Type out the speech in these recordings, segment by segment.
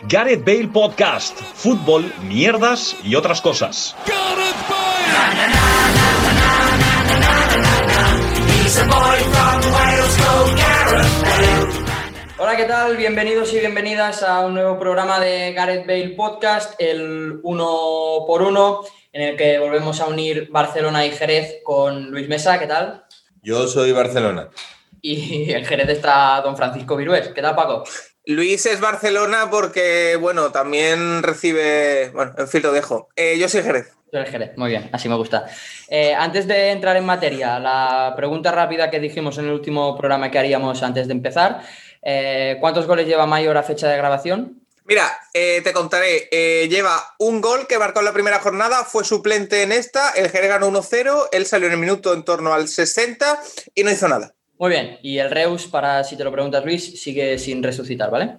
Gareth Bale Podcast, fútbol, mierdas y otras cosas. Hola, ¿qué tal? Bienvenidos y bienvenidas a un nuevo programa de Gareth Bale Podcast, el 1x1, en el que volvemos a unir Barcelona y Jerez con Luis Mesa. ¿Qué tal? Yo soy Barcelona. Y en Jerez está don Francisco Virués. ¿Qué tal, Paco? Luis es Barcelona porque, bueno, también recibe... Bueno, en fin, lo dejo. Yo soy Jerez. Tú eres Jerez, muy bien, así me gusta. Antes de entrar en materia, la pregunta rápida que dijimos en el último programa que haríamos antes de empezar, ¿cuántos goles lleva Mayor a fecha de grabación? Mira, te contaré. Lleva un gol que marcó en la primera jornada, fue suplente en esta, el Jerez ganó 1-0, él salió en el minuto en torno al 60 y no hizo nada. Muy bien, y el Reus, para si te lo preguntas, Luis, sigue sin resucitar, ¿vale?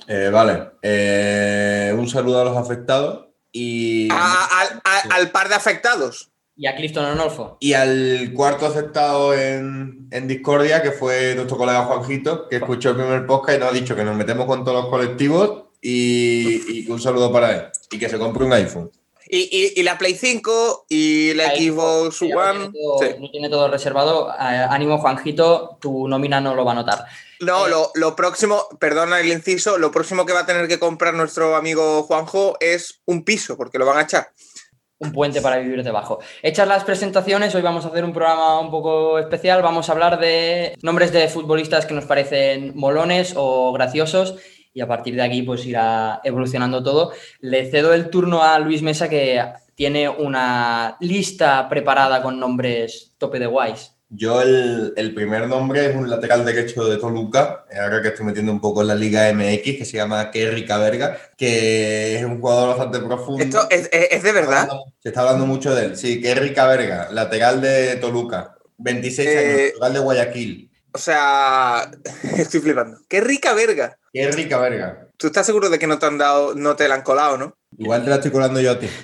Vale. Un saludo a los afectados y... Al par de afectados. Y a Clifton Onolfo. Y al cuarto afectado en Discordia, que fue nuestro colega Juanjito, que escuchó el primer podcast y nos ha dicho que nos metemos con todos los colectivos y un saludo para él. Y que se compre un iPhone. Y la Play 5 y la Xbox One. No tiene todo reservado. Ánimo, Juanjito, tu nómina no lo va a notar. No, lo próximo, perdona el inciso, lo próximo que va a tener que comprar nuestro amigo Juanjo es un piso, porque lo van a echar. Un puente para vivir debajo. Hechas las presentaciones, hoy vamos a hacer un programa un poco especial. Vamos a hablar de nombres de futbolistas que nos parecen molones o graciosos. Y a partir de aquí pues irá evolucionando todo. Le cedo el turno a Luis Mesa, que tiene una lista preparada con nombres tope de guays. Yo el primer nombre es un lateral derecho de Toluca, ahora que estoy metiendo un poco en la Liga MX, que se llama Kerry Caberga, que es un jugador bastante profundo. ¿Esto es de verdad? Se está hablando mucho de él. Sí, Kerry Caberga, lateral de Toluca, 26 años, lateral de Guayaquil. O sea, estoy flipando. ¡Qué rica verga! ¡Qué rica verga! ¿Tú estás seguro de que no te la han colado, no? Igual te la estoy colando yo a ti.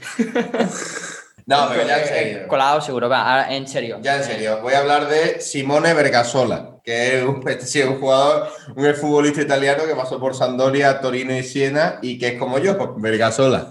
No, pero ya en serio. Colado seguro, va, en serio. Ya en serio. Voy a hablar de Simone Vergasola, que es un jugador, un exfutbolista italiano que pasó por Sampdoria, Torino y Siena y que es como yo, Vergasola.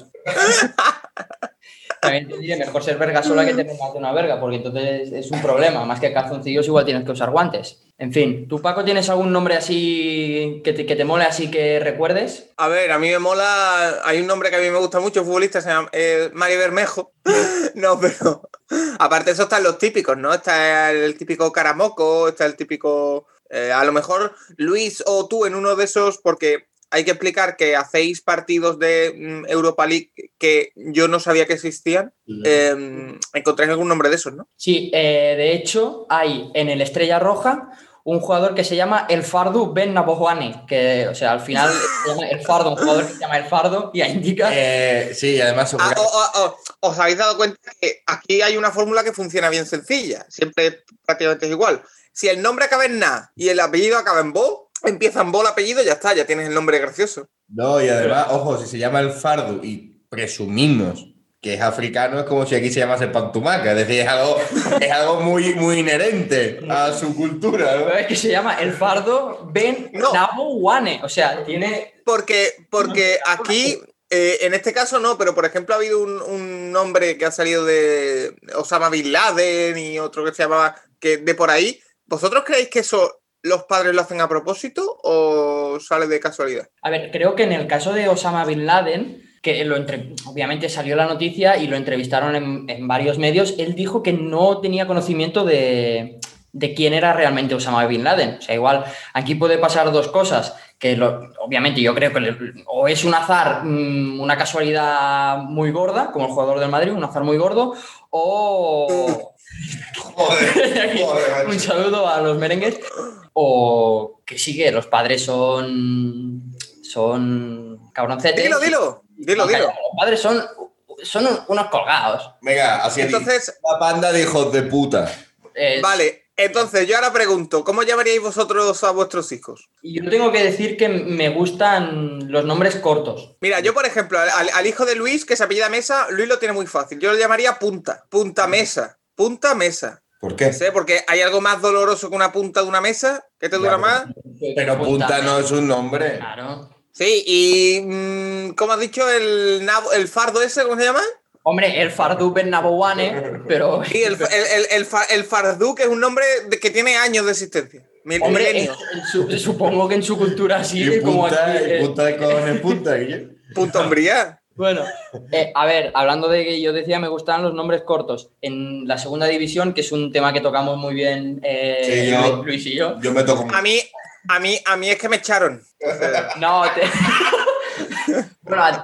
También te diré, mejor ser verga sola que tener más de una verga, porque entonces es un problema. Más que calzoncillos, igual tienes que usar guantes. En fin, ¿tú, Paco, tienes algún nombre así que te mole, así que recuerdes? A ver, a mí me mola... Hay un nombre que a mí me gusta mucho, futbolista, se llama Mario Bermejo. No, pero... Aparte de eso están los típicos, ¿no? Está el típico Caramoco, está el típico... a lo mejor Luis o tú en uno de esos, porque... Hay que explicar que hacéis partidos de Europa League que yo no sabía que existían. ¿Encontráis algún nombre de esos, no? Sí, de hecho, hay en el Estrella Roja un jugador que se llama El Fardo Ben Nabojuane, que, o sea, al final se llama El Fardo, un jugador que se llama El Fardo, y indica... Sí, además... ¿Os habéis dado cuenta que aquí hay una fórmula que funciona bien sencilla? Siempre prácticamente es igual. Si el nombre acaba en Na y el apellido acaba en Bo, empieza en Bo el apellido, ya está, ya tienes el nombre gracioso. No, y además, ojo, si se llama El Fardo y presumimos que es africano, es como si aquí se llamase Pantumaca, es decir, es algo muy, muy inherente a su cultura, ¿no? Es que se llama El Fardo Ben Nabojuane, o sea, tiene... Porque aquí... en este caso no, pero por ejemplo ha habido un nombre que ha salido de Osama Bin Laden y otro que se llamaba que de por ahí. ¿Vosotros creéis que eso los padres lo hacen a propósito o sale de casualidad? A ver, creo que en el caso de Osama Bin Laden, que obviamente salió la noticia y lo entrevistaron en varios medios, él dijo que no tenía conocimiento de quién era realmente Osama Bin Laden. O sea, igual aquí puede pasar dos cosas, que obviamente yo creo que o es un azar, una casualidad muy gorda, como el jugador del Madrid, un azar muy gordo, o... Joder, un saludo a los merengues, o que sí que los padres son cabroncetes. Dilo. Los padres son unos colgados. Venga, así entonces, una panda de hijos de puta. Vale, entonces yo ahora pregunto, ¿cómo llamaríais vosotros a vuestros hijos? Y yo tengo que decir que me gustan los nombres cortos. Mira, yo por ejemplo, al hijo de Luis, que se apellida Mesa, Luis lo tiene muy fácil. Yo lo llamaría Punta Mesa. ¿Por qué? No sé, porque hay algo más doloroso que una punta de una mesa que te dura más. Pero punta no es un nombre. Claro. Sí, y ¿cómo has dicho? El fardo ese, ¿cómo se llama? Hombre, el Fardu Ben Nabowane, pero... Sí, el Fardu, que es un nombre que tiene años de existencia. Hombre, Milenios. supongo que en su cultura sí, Y como punta, aquí. y punta de cojones punta, Guille. Punto hombría. Bueno, a ver, hablando de que yo decía me gustaban los nombres cortos. En la segunda división, que es un tema que tocamos muy bien Sí, Luis y yo. Yo me toco. A mí es que me echaron. No, bueno,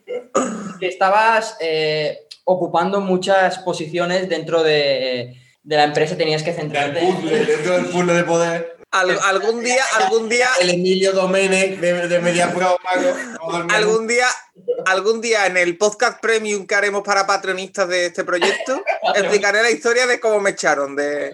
te estabas ocupando muchas posiciones dentro de la empresa, tenías que centrarte. Dentro del puzzle de poder. Algún día, El Emilio Domenech de MediaPro, Mago. algún día en el podcast premium que haremos para patronistas de este proyecto, explicaré la historia de cómo me echaron de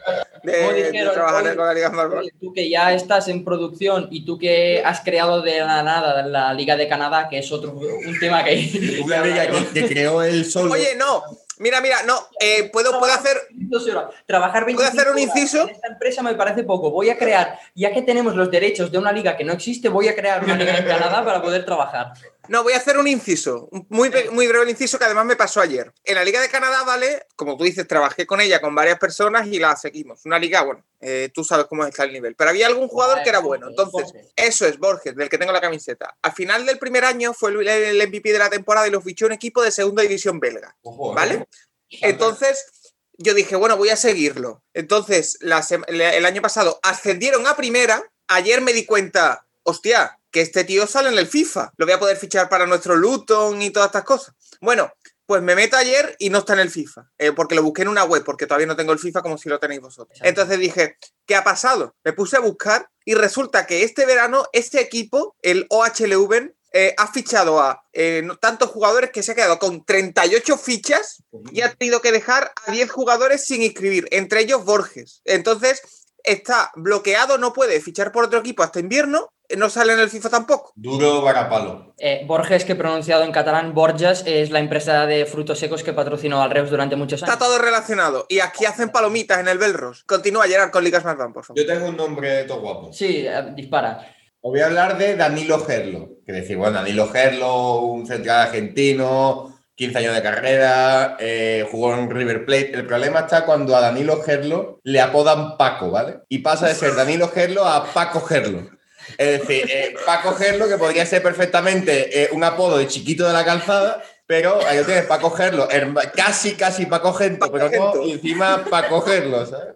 trabajar con la Liga Marvel. Tú que ya estás en producción y tú que has creado de la nada la Liga de Canadá, que es un tema que... Una liga que creó él solo. Oye, no. Mira, no. Puedo hacer... Trabajar 25 ¿Puedo hacer un horas inciso? en esta empresa me parece poco. Voy a crear, ya que tenemos los derechos de una liga que no existe, voy a crear una liga en Canadá para poder trabajar. No, voy a hacer un inciso, muy breve inciso que además me pasó ayer. En la Liga de Canadá, ¿vale? Como tú dices, trabajé con ella, con varias personas y la seguimos. Una liga, bueno, tú sabes cómo está el nivel. Pero había algún jugador que era bueno. Entonces, eso es Borges, del que tengo la camiseta. Al final del primer año fue el MVP de la temporada y lo fichó un equipo de segunda división belga, ¿vale? Entonces, yo dije, bueno, voy a seguirlo. Entonces, el año pasado ascendieron a primera. Ayer me di cuenta, hostia, que este tío sale en el FIFA. Lo voy a poder fichar para nuestro Luton y todas estas cosas. Bueno, pues me meto ayer y no está en el FIFA. Porque lo busqué en una web, porque todavía no tengo el FIFA como si lo tenéis vosotros. Entonces dije, ¿qué ha pasado? Me puse a buscar y resulta que este verano, este equipo, el OHL Leuven, ha fichado a tantos jugadores que se ha quedado con 38 fichas y ha tenido que dejar a 10 jugadores sin inscribir, entre ellos Borges. Entonces está bloqueado, no puede fichar por otro equipo hasta invierno, no sale en el FIFA tampoco. Duro varapalo. Borges, que pronunciado en catalán Borges, es la empresa de frutos secos que patrocinó al Reus durante muchos años. Está todo relacionado. Y aquí hacen palomitas en el Belros. Continúa, Gerard, con Ligas Más Van, por favor. Yo tengo un nombre todo guapo. Sí, dispara. Os voy a hablar de Danilo Gerlo. Que decir, bueno, Danilo Gerlo, un central argentino, 15 años de carrera, jugó en River Plate. El problema está cuando a Danilo Gerlo le apodan Paco, ¿vale? Y pasa de ser Danilo Gerlo a Paco Gerlo. Es decir, Paco Gerlo, que podría ser perfectamente un apodo de chiquito de la calzada, pero ahí lo tienes, Paco Gerlo, casi Paco Gento, pero no, y encima Paco Gerlo, ¿sabes?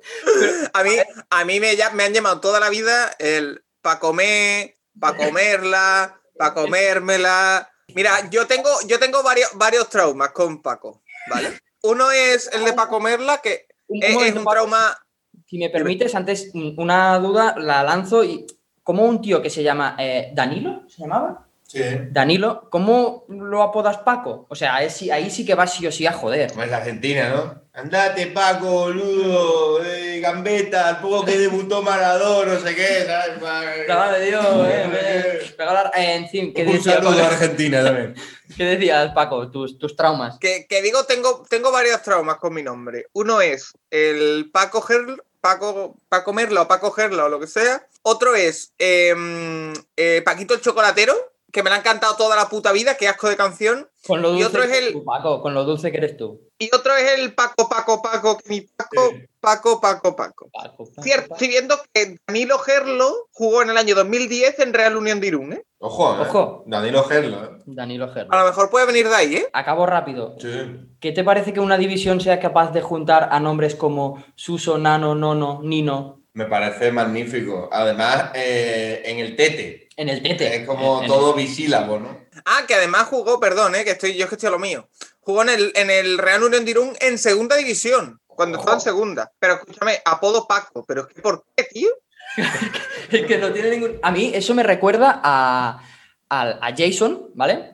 A mí me han llamado toda la vida el pa' comer, pa' comerla, pa' comérmela. Mira, yo tengo varios traumas con Paco, ¿vale? Uno es el de pa' comerla, que es un trauma... Si me permites, antes una duda la lanzo. Y ¿cómo un tío que se llama Danilo, se llamaba? Sí. Danilo, ¿cómo lo apodas Paco? O sea, ahí sí que vas sí o sí a joder. Como es la Argentina, ¿no? Andate, Paco, boludo, Gambetta, al poco que debutó Maradona, no sé qué, ¿sabes? Vale, Dios, en fin, ¿qué Un decías? saludo a Argentina también. ¿Qué decías, Paco? Tus traumas. Que digo, tengo varios traumas con mi nombre. Uno es el Paco Gerlo, Paco Merlo o Paco Gerlo o lo que sea. Otro es Paquito el Chocolatero, que me la han cantado toda la puta vida, qué asco de canción. Con lo dulce y otro es que el eres tú, Paco, con lo dulce que eres tú. Y otro es el Paco, que mi Paco. Cierto, estoy viendo que Danilo Gerlo jugó en el año 2010 en Real Unión de Irún, ¿eh? Ojo. Danilo Gerlo, Danilo Gerlo. A lo mejor puede venir de ahí, ¿eh? Acabo rápido. Sí. ¿Qué te parece que una división sea capaz de juntar a nombres como Suso, Nano, Nono, Nino? Me parece magnífico. Además, en el Tete. En el Tete. Es como todo bisílabo, ¿no? Ah, que además jugó, perdón, que estoy a lo mío. Jugó en el Real Unión de Irún en segunda división, cuando estaba en segunda. Pero escúchame, apodo Paco. ¿Pero es que por qué, tío? Es que no tiene ningún... A mí eso me recuerda a Jason, ¿vale?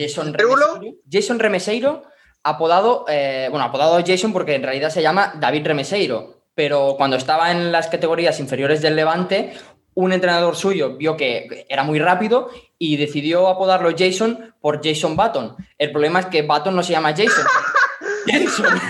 Jason Remeseiro, apodado Jason porque en realidad se llama David Remeseiro. Pero cuando estaba en las categorías inferiores del Levante, un entrenador suyo vio que era muy rápido y decidió apodarlo Jason por Jason Button. El problema es que Button no se llama Jason. Jason.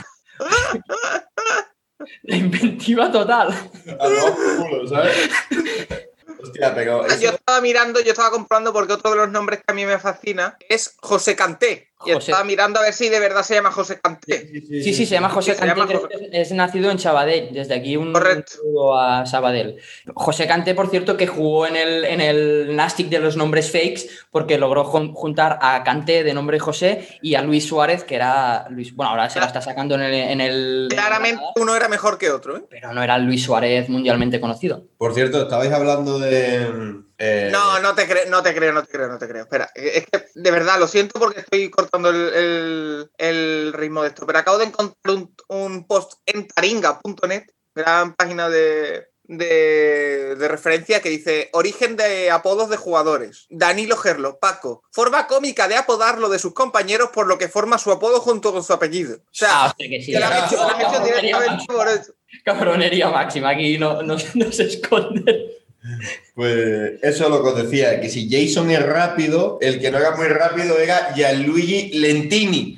La inventiva total. A los culos, ¿sabes? Hostia, pero Yo estaba comprobando porque otro de los nombres que a mí me fascina es José Canté. Y José. estaba mirando a ver si de verdad se llama José Canté. Sí, se llama José se llama Canté, que es nacido en Sabadell. Desde aquí un saludo a Sabadell. José Canté, por cierto, que jugó en el Nastic de los nombres fakes porque logró juntar a Canté de nombre José y a Luis Suárez, que era Luis. Bueno, ahora se la está sacando en el Claramente uno era mejor que otro, ¿eh? Pero no era el Luis Suárez mundialmente conocido. Por cierto, estabais hablando de... No te creo. Espera, es que de verdad lo siento porque estoy cortando el ritmo de esto, pero acabo de encontrar un post en taringa.net, gran página de referencia, que dice: origen de apodos de jugadores. Danilo Gerlo, Paco. Forma cómica de apodarlo de sus compañeros, por lo que forma su apodo junto con su apellido. O sea, que sí, que lo han hecho directamente por eso. Cabronería máxima, aquí no se esconde. Pues eso es lo que os decía, que si Jason es rápido, el que no era muy rápido era Gianluigi Lentini,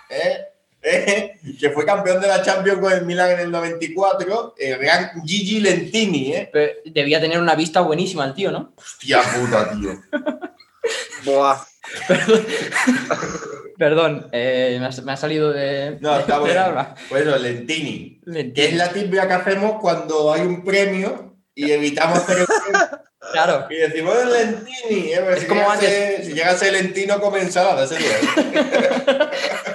que fue campeón de la Champions con el Milan en el 94, el gran Gigi Lentini. Pero debía tener una vista buenísima el tío, ¿no? Hostia puta, tío. Buah. Perdón, me ha salido de... No, está de bueno. Bueno, Lentini, que es la típica que hacemos cuando hay un premio y evitamos hacer el premio. Claro. Y decimos Lentini, Es si como antes. Si llega a ser Lentino, come ensalada ese día.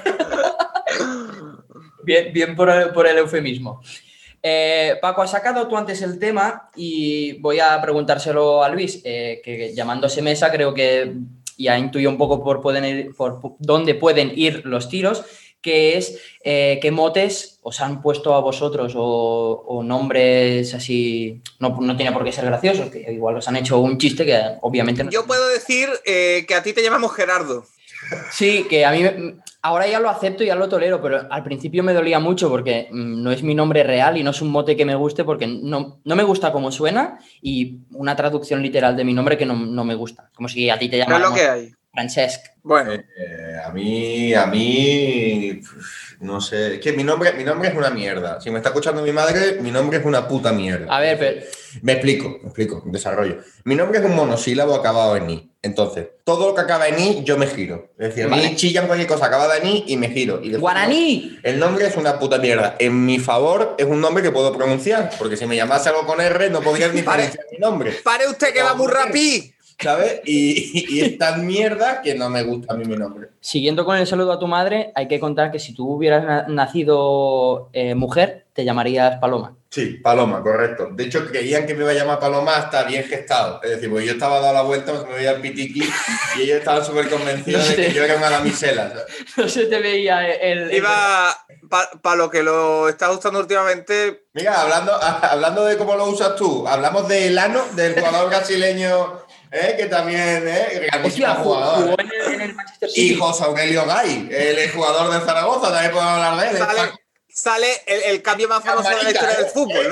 Bien por el eufemismo. Paco, has sacado tú antes el tema y voy a preguntárselo a Luis, que llamándose Mesa creo que ya intuyo un poco por dónde pueden ir los tiros, que es qué motes os han puesto a vosotros o nombres así, no tiene por qué ser graciosos, que igual os han hecho un chiste que obviamente no. Yo puedo decir que a ti te llamamos Gerardo. Sí, que a mí ahora ya lo acepto y ya lo tolero, pero al principio me dolía mucho porque no es mi nombre real y no es un mote que me guste porque no me gusta cómo suena y una traducción literal de mi nombre que no me gusta. Como si a ti te llamaran No es lo que hay. Francesc. Bueno. A mí, no sé, es que mi nombre es una mierda. Si me está escuchando mi madre, mi nombre es una puta mierda. A ver, pero... Me explico, desarrollo. Mi nombre es un monosílabo acabado en i. Entonces, todo lo que acaba en i, yo me giro. Es decir, a mí chillan cualquier cosa acabada en i y me giro. Y ¡Guaraní! El nombre es una puta mierda. En mi favor, es un nombre que puedo pronunciar, porque si me llamase algo con R, no podría ni pronunciar mi nombre. ¡Pare usted que va muy rápido! ¿Sabes? Y es tan mierda que no me gusta a mí mi nombre. Siguiendo con el saludo a tu madre, hay que contar que si tú hubieras nacido mujer, te llamarías Paloma. Sí, Paloma, correcto. De hecho, creían que me iba a llamar Paloma hasta bien gestado. Es decir, porque yo estaba dando la vuelta, me veía el pitiqui y ellos estaban súper convencidos de que yo era una damisela. ¿Sabes? No se te veía Iba para lo que lo está usando últimamente. Mira, hablando de cómo lo usas tú, hablamos del ano, del jugador brasileño... que también Hostia, jugador. Jugó en el Manchester City. Y José Aurelio Gay, el jugador de Zaragoza, también podemos hablar de él. Sale el cambio más famoso de la historia del fútbol, ¿no?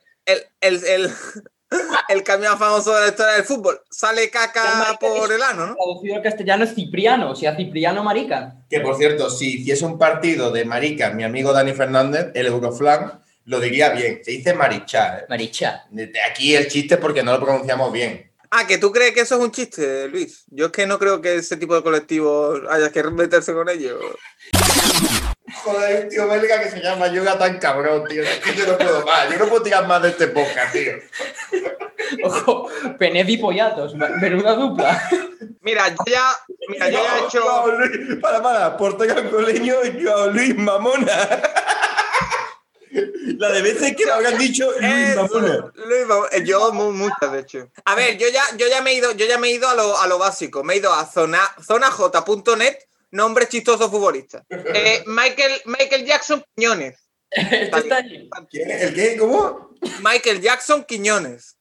El cambio más famoso de la historia del fútbol. Sale caca por el ano, ¿no? Traducido al castellano es Cipriano, o sea, Cipriano Marica. Que, por cierto, si hiciese un partido de marica, mi amigo Dani Fernández, el Euroflan, lo diría bien. Se dice marichá. Marichá. De aquí el chiste es porque no lo pronunciamos bien. Ah, ¿que tú crees que eso es un chiste, Luis? Yo es que no creo que ese tipo de colectivos haya que meterse con ellos. Joder, hay un tío belga que se llama Yoga tan cabrón, tío. Es que yo no puedo más. Yo no puedo tirar más de este podcast, tío. Ojo, Pened y Pollatos, menuda dupla. Mira, yo ya he hecho... Para, Portugal Coleño y Joao Luis Mamona. La de veces que me habrán dicho Luis Mamona. Yo muchas, de hecho. A ver, yo ya me he ido a lo básico. Me he ido a zonaj.net, nombre chistoso futbolista. Michael Jackson Quiñones. Está ahí. ¿Quién? ¿El qué? ¿Cómo? Michael Jackson Quiñones.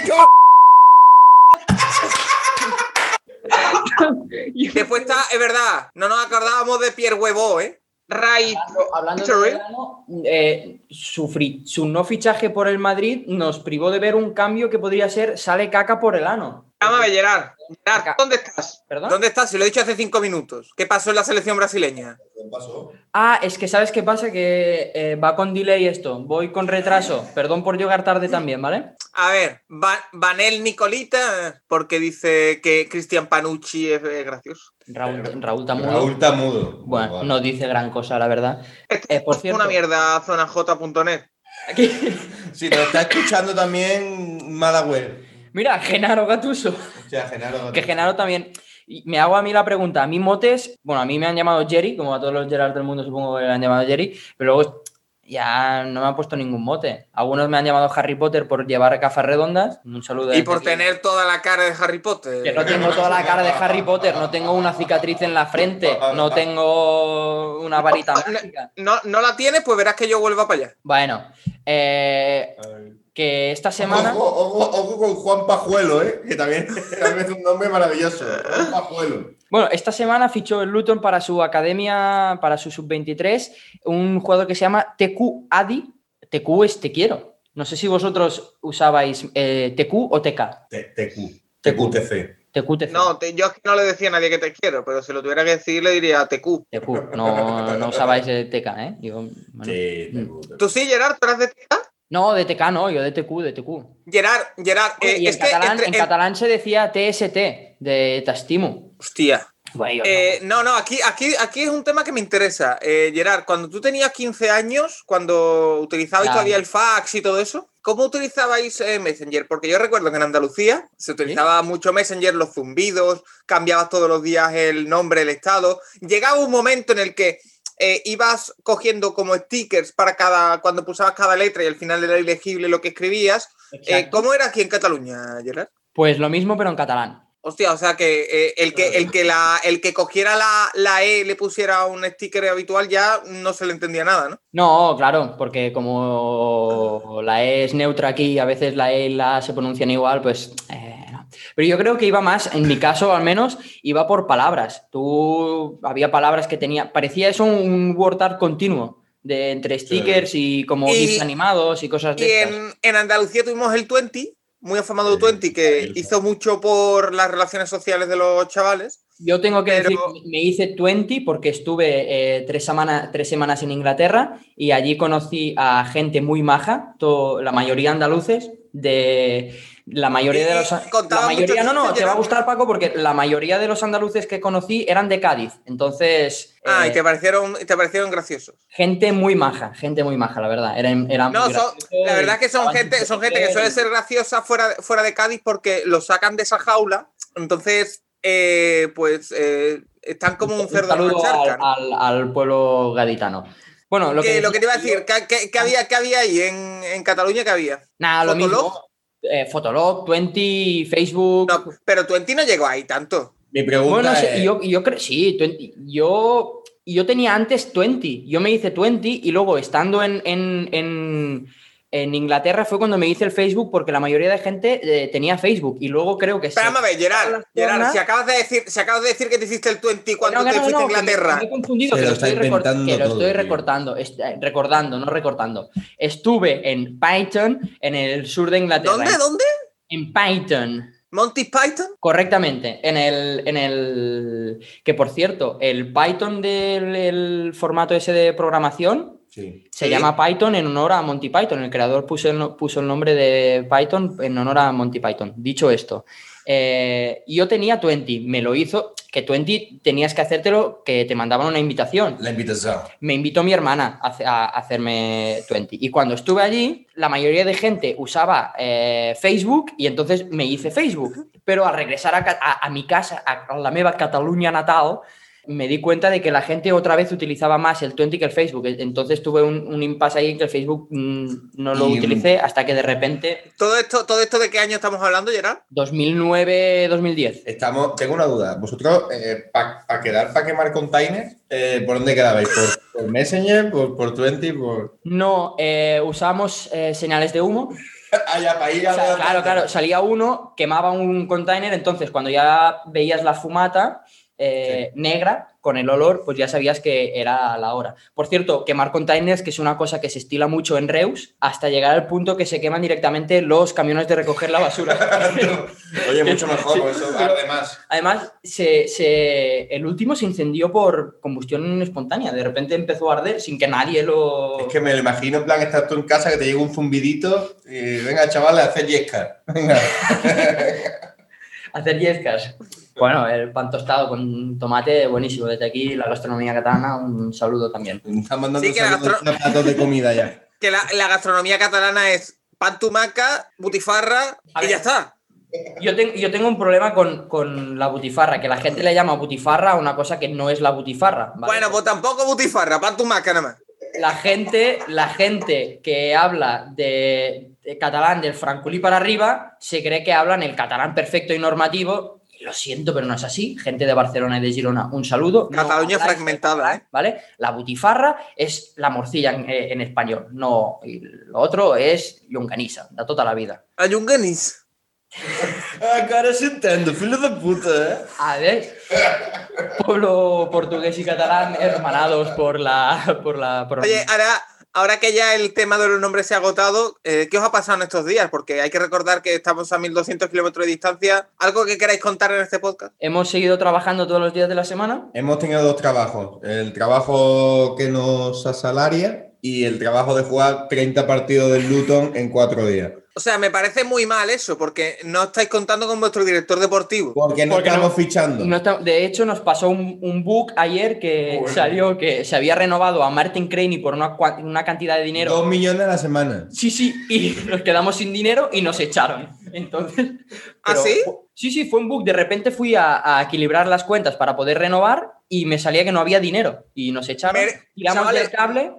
Después está, es verdad, no nos acordábamos de Pierre Huevo, ¿eh? Right. Hablando de verano, su no fichaje por el Madrid nos privó de ver un cambio que podría ser sale caca por el ano. Llama a Bellerar. Gerard, ¿dónde estás? ¿Perdón? ¿Dónde estás? Si lo he dicho hace 5 minutos. ¿Qué pasó en la selección brasileña? ¿Qué pasó? Es que ¿sabes qué pasa? Que va con delay esto. Voy con retraso. Perdón por llegar tarde también, ¿vale? A ver, Vanel Nicolita, porque dice que Cristian Panucci es gracioso. Raúl Tamudo. Raúl Tamudo. Bueno, Vale. no dice gran cosa, la verdad. Por Es cierto, una mierda zonaj.net. aquí- Sí, nos está escuchando también Madagüer. Mira, Genaro Gattuso. O sea, Genaro. Que Genaro también. Y me hago a mí la pregunta. A mí motes, bueno, a mí me han llamado Jerry, como a todos los Gerards del mundo supongo que le han llamado Jerry, pero luego ya no me han puesto ningún mote. Algunos me han llamado Harry Potter por llevar gafas redondas. Un saludo. Y por desde aquí. tener toda la cara de Harry Potter. Que no tengo toda la cara de Harry Potter, no tengo una cicatriz en la frente, no tengo una varita mágica. No la tienes, pues verás que yo vuelva para allá. Bueno, que esta semana... Ojo con Juan Pajuelo, que también es un nombre maravilloso. Juan Pajuelo. Bueno, esta semana fichó el Luton para su academia, para su sub-23, un jugador que se llama TQ Adi. TQ es te quiero. No sé si vosotros usabais TQ o TK. TQTC. TQTC. No, yo es que no le decía a nadie que te quiero, pero si lo tuviera que decir le diría TQ. TQ. No usabais TK, ¿eh? Yo, bueno. Sí, TQ. ¿Tú sí, Gerard? ¿Tú eras de TK? No, de TK no, yo de TQ. Gerard, Y en catalán se decía TST, de T'estimo. Hostia. Bueno, No, aquí es un tema que me interesa. Gerard, cuando tú tenías 15 años, cuando utilizabais todavía el fax y todo eso, ¿cómo utilizabais Messenger? Porque yo recuerdo que en Andalucía se utilizaba mucho Messenger, los zumbidos, cambiabas todos los días el nombre, el estado. Llegaba un momento en el que ibas cogiendo como stickers para cuando pulsabas cada letra y al final era ilegible lo que escribías. ¿Cómo era aquí en Cataluña, Gerard? Pues lo mismo, pero en catalán. Hostia, o sea que el que cogiera la E y le pusiera un sticker habitual ya no se le entendía nada, ¿no? No, claro, porque como la E es neutra aquí y a veces la E y la A se pronuncian igual, pues no. Pero yo creo que iba más, en mi caso al menos, iba por palabras. Había palabras que parecía eso un word art continuo, entre stickers y como GIFs animados y cosas de estas. En Andalucía tuvimos el 20, muy afamado 20, que hizo mucho por las relaciones sociales de los chavales. Yo tengo que decir que me hice 20 porque estuve 3 semanas en Inglaterra y allí conocí a gente muy maja, la mayoría andaluces, la mayoría de los... La mayoría, no, te va a gustar, Paco, porque la mayoría de los andaluces que conocí eran de Cádiz, entonces... y te parecieron graciosos. Gente muy maja, la verdad. La verdad es que son gente que suele ser graciosa fuera de Cádiz porque lo sacan de esa jaula, entonces... están como un cerdo en una charca, ¿no? al pueblo gaditano. Bueno, lo que te iba a decir, ¿qué había ahí en Cataluña? ¿Qué había? Nada, lo mismo. Fotolog, 20, Facebook. No, pero 20 no llegó ahí tanto. Mi pregunta es... Yo creo, sí, 20, yo tenía antes 20. Yo me hice 20 y luego estando en Inglaterra fue cuando me hice el Facebook porque la mayoría de gente tenía Facebook y luego creo que... Espérame a ver, Gerard, si acabas de decir que te hiciste el 20 cuando te fuiste a Inglaterra... Me he confundido, que lo estoy recordando. No recortando. Estuve en Python, en el sur de Inglaterra. ¿Dónde? En Python. ¿Monty Python? Correctamente. Que por cierto, el Python del formato ese de programación... Se llama Python en honor a Monty Python. El creador puso el nombre de Python en honor a Monty Python. Dicho esto, yo tenía 20. Me lo hizo, que 20 tenías que hacértelo, que te mandaban una invitación. La invitación. Me invitó mi hermana a hacerme 20. Y cuando estuve allí, la mayoría de gente usaba Facebook y entonces me hice Facebook. Pero al regresar a mi casa, a la meva Catalunya natal, me di cuenta de que la gente otra vez utilizaba más el 20 que el Facebook. Entonces tuve un impasse ahí que el Facebook no lo utilicé hasta que de repente... ¿Todo esto de qué año estamos hablando, Gerard? 2009-2010. Tengo una duda. ¿Vosotros, para quemar containers, por dónde quedabais? ¿Por Messenger? ¿Por 20? No, usamos señales de humo. Claro, salía uno, quemaba un container, entonces cuando ya veías la fumata... negra, con el olor, pues ya sabías que era la hora. Por cierto, quemar containers, que es una cosa que se estila mucho en Reus, hasta llegar al punto que se queman directamente los camiones de recoger la basura. Oye, mucho mejor, por eso arde más. Además, el último se incendió por combustión espontánea. De repente empezó a arder sin que nadie lo... Es que me lo imagino, en plan, estás tú en casa, que te llega un zumbidito y venga, chavales, a hacer yesca. Venga. Hacer yescas. Bueno, el pan tostado con tomate, buenísimo. Desde aquí, la gastronomía catalana, un saludo también. Están mandando Sí, que platos de comida ya. Que la gastronomía catalana es pan tumaca, butifarra A y ver. ya está. Yo tengo un problema con la butifarra, que la gente le llama butifarra a una cosa que no es la butifarra. ¿vale? Bueno, pues tampoco butifarra, pan tumaca nada más. La gente que habla de catalán del francolí para arriba se cree que hablan el catalán perfecto y normativo. Y lo siento, pero no es así. Gente de Barcelona y de Girona, un saludo. Cataluña habláis fragmentada, catalán, ¿vale? La butifarra es la morcilla en español. No, y lo otro es llonganissa, de toda la vida. A Junganis. Agora se entende, filho de puta, A ver, pueblo portugués y catalán hermanados por la... Oye, ahora que ya el tema de los nombres se ha agotado, ¿qué os ha pasado en estos días? Porque hay que recordar que estamos a 1200 kilómetros de distancia. ¿Algo que queráis contar en este podcast? Hemos seguido trabajando todos los días de la semana. Hemos tenido dos trabajos. El trabajo que nos asalaria y el trabajo de jugar 30 partidos del Luton en 4 días. O sea, me parece muy mal eso, porque no estáis contando con vuestro director deportivo. Porque no estamos fichando. De hecho, nos pasó un bug ayer que salió que se había renovado a Martin Craney por una cantidad de dinero. 2 millones a la semana. Sí, y nos quedamos sin dinero y nos echaron. Entonces, ¿Ah, sí? Sí, fue un bug. De repente fui a equilibrar las cuentas para poder renovar y me salía que no había dinero. Y nos echaron, tiramos chavales, del cable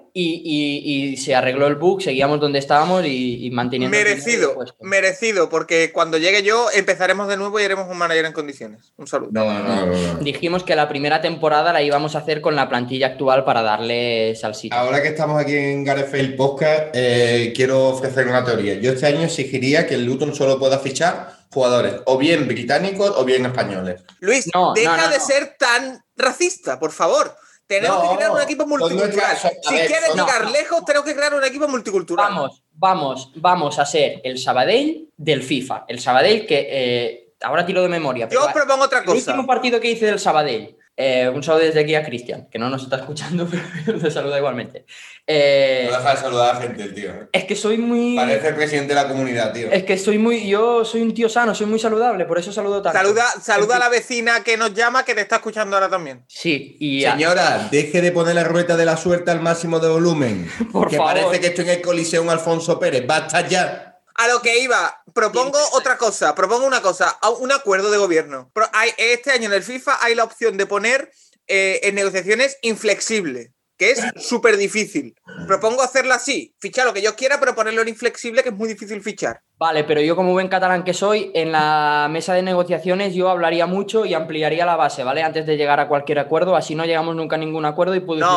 y se arregló el bug, seguíamos donde estábamos y manteniendo... Merecido, porque cuando llegue yo empezaremos de nuevo y haremos un manager en condiciones. Un saludo. No. Dijimos que la primera temporada la íbamos a hacer con la plantilla actual para darle salsita. Ahora que estamos aquí en Gareth Bale Podcast, quiero ofrecer una teoría. Yo este año exigiría que el Luton solo pueda fichar jugadores o bien británicos o bien españoles. Luis, deja de ser tan racista, por favor. Tenemos que crear un equipo multicultural. Si quieres llegar lejos, tenemos que crear un equipo multicultural. Vamos a ser el Sabadell del FIFA. El Sabadell que ahora tiro de memoria. Yo propongo otra cosa. El último partido que hice del Sabadell. Un saludo desde aquí a Cristian, que no nos está escuchando, pero te saluda igualmente. No deja de saludar a la gente, tío. Es que soy muy... Parece el presidente de la comunidad, tío. Es que yo soy un tío sano, soy muy saludable, por eso saludo tanto. Saluda a la vecina que nos llama, que te está escuchando ahora también. Sí, y... Señora, deje de poner la ruleta de la suerte al máximo de volumen. Por favor. Parece que estoy en el Coliseo Alfonso Pérez. ¡Basta ya! A lo que iba, propongo una cosa, un acuerdo de gobierno. Este año en el FIFA hay la opción de poner en negociaciones inflexible, que es súper difícil. Propongo hacerla así, fichar lo que yo quiera, pero ponerlo en inflexible, que es muy difícil fichar. Vale, pero yo como buen catalán que soy, en la mesa de negociaciones yo hablaría mucho y ampliaría la base, ¿vale? Antes de llegar a cualquier acuerdo, así no llegamos nunca a ningún acuerdo y puedo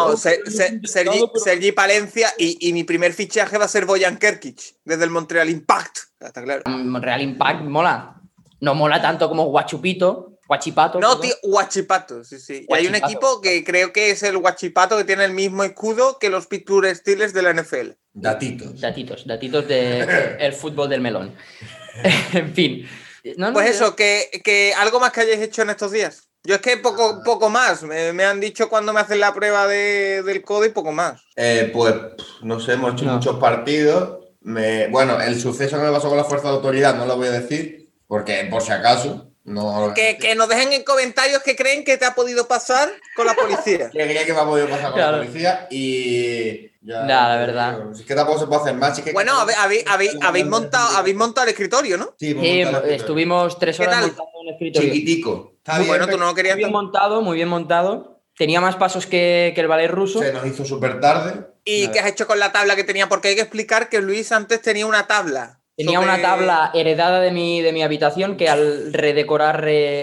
Sergi Palencia y mi primer fichaje va a ser Bojan Kerkic, desde el Montreal Impact. Está claro. Montreal Impact mola. No mola tanto como Huachipato. No, tío, Huachipato, sí. Huachipato. Y hay un equipo que creo que es el Huachipato, que tiene el mismo escudo que los Pittsburgh Steelers de la NFL. Datitos del fútbol del melón. En fin. Eso, que algo más que hayáis hecho en estos días. Yo es que poco más. Me han dicho cuando me hacen la prueba del codo y poco más. Pues, no sé, hemos hecho muchos partidos. Bueno, el suceso que me pasó con la fuerza de autoridad no lo voy a decir, porque por si acaso... No, que nos dejen en comentarios qué creen que te ha podido pasar con la policía. ¿Qué creen que me ha podido pasar con la policía? Y... la verdad. Es que tampoco se puede hacer más. Bueno, habéis montado el escritorio, ¿no? Sí, estuvimos 3 horas montando un escritorio. Chiquitico. Bueno, tú no lo querías. Muy bien montado. Tenía más pasos que el ballet ruso. Se nos hizo súper tarde. ¿Y qué has hecho con la tabla que tenía? Porque hay que explicar que Luis antes tenía una tabla. Tenía una tabla heredada de mi habitación que al redecorar,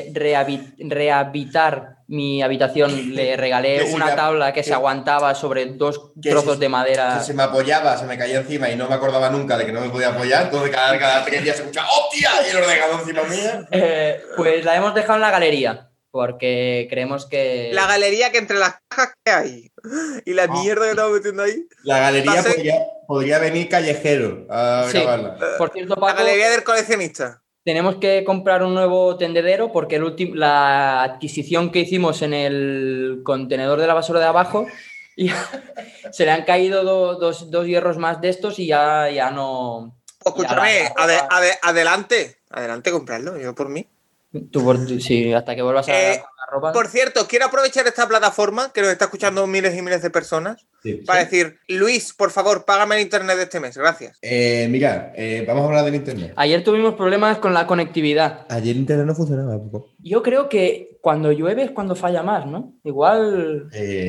rehabilitar mi habitación le regalé una tabla que se aguantaba sobre 2 trozos de madera. Que se me apoyaba, se me caía encima y no me acordaba nunca de que no me podía apoyar. Entonces cada 3 días se escuchaba ¡hostia! Y el ordenador encima mía. Pues la hemos dejado en la galería. porque creemos que... La galería que entre las cajas que hay y la mierda que estamos metiendo ahí. La galería podría venir Callejero a Sí. grabarla. Por cierto, La Paco, galería del coleccionista. tenemos que comprar un nuevo tendedero porque la adquisición que hicimos en el contenedor de la basura de abajo y se le han caído dos hierros más de estos y ya no... Escúchame, Ya la- adelante comprarlo, yo por mí. Sí, hasta que vuelvas a la ropa. Por cierto, quiero aprovechar esta plataforma que nos está escuchando miles y miles de personas para decir, Luis, por favor, págame el internet de este mes, gracias. Mira, vamos a hablar del internet. Ayer tuvimos problemas con la conectividad. Ayer el internet no funcionaba poco. Yo creo que cuando llueve es cuando falla más, ¿no? Igual...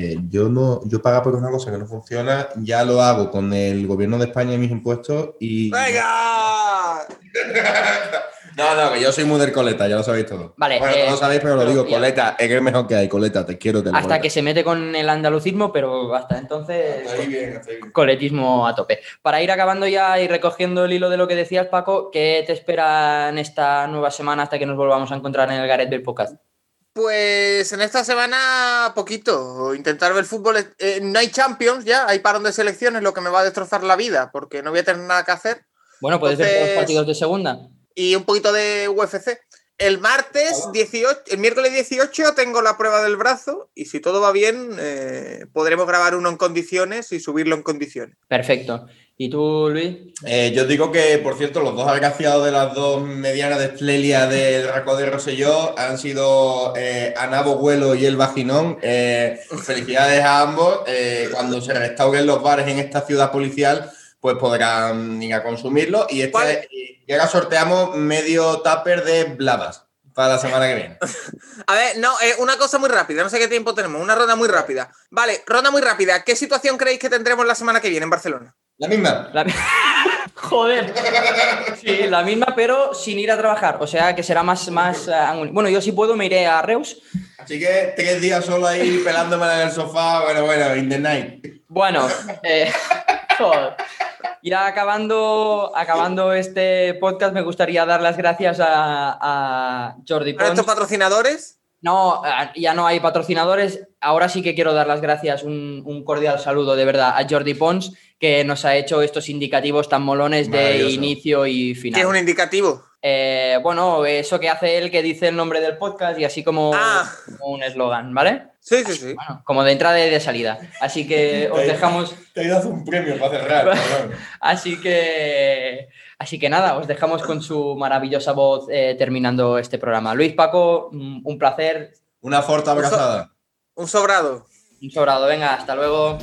Yo pago por una cosa que no funciona, ya lo hago con el gobierno de España y mis impuestos y... ¡Venga! No, que yo soy muy del Coleta, ya lo sabéis todo. Vale, Bueno, no lo sabéis, pero lo digo, ya. Coleta, es el mejor que hay, Coleta, te quiero. Hasta que se mete con el andalucismo, pero hasta entonces... Está ahí bien. Coletismo a tope. Para ir acabando ya y recogiendo el hilo de lo que decías, Paco, ¿qué te espera en esta nueva semana hasta que nos volvamos a encontrar en el Gareth Bale Podcast? Pues en esta semana poquito, intentar ver fútbol. No hay Champions ya, hay parón de selecciones, lo que me va a destrozar la vida, porque no voy a tener nada que hacer. Bueno, puedes ver los partidos de segunda. Y un poquito de UFC. El miércoles 18 tengo la prueba del brazo y si todo va bien podremos grabar uno en condiciones y subirlo en condiciones. Perfecto. ¿Y tú, Luis? Yo digo que, por cierto, los dos agraciados de las dos medianas de Estrelia del Racó de Rosselló han sido Anabo Vuelo y El Vaginón. Felicidades a ambos. Cuando se restauren los bares en esta ciudad policial, pues podrán ir a consumirlo. Y ahora sorteamos medio tupper de blavas para la semana que viene. A ver, no, una cosa muy rápida, no sé qué tiempo tenemos, una ronda muy rápida. Vale, ronda muy rápida. ¿Qué situación creéis que tendremos la semana que viene en Barcelona? La misma. Joder. Sí, la misma, pero sin ir a trabajar. O sea, que será más... Bueno, yo si puedo me iré a Reus. Así que 3 días solo ahí pelándome en el sofá. Bueno, in the night. Bueno, joder. Ya acabando este podcast, me gustaría dar las gracias a Jordi ¿A Pons. estos patrocinadores? No, ya no hay patrocinadores. Ahora sí que quiero dar las gracias, un cordial saludo de verdad a Jordi Pons, que nos ha hecho estos indicativos tan molones de inicio y final. ¿Qué es un indicativo? Bueno, eso que hace él, que dice el nombre del podcast y así como un eslogan, ¿vale? Sí. Bueno, como de entrada y de salida. Así que os dejamos... Te he dado un premio para cerrar. Así que nada, os dejamos con su maravillosa voz terminando este programa. Luis, Paco, un placer. Una fuerte abrazada. Un sobrado. Un sobrado, venga, hasta luego.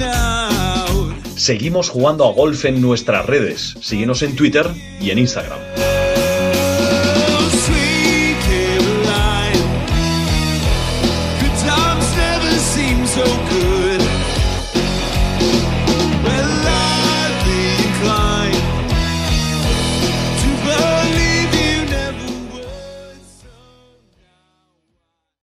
Seguimos jugando a golf en nuestras redes. Síguenos en Twitter y en Instagram.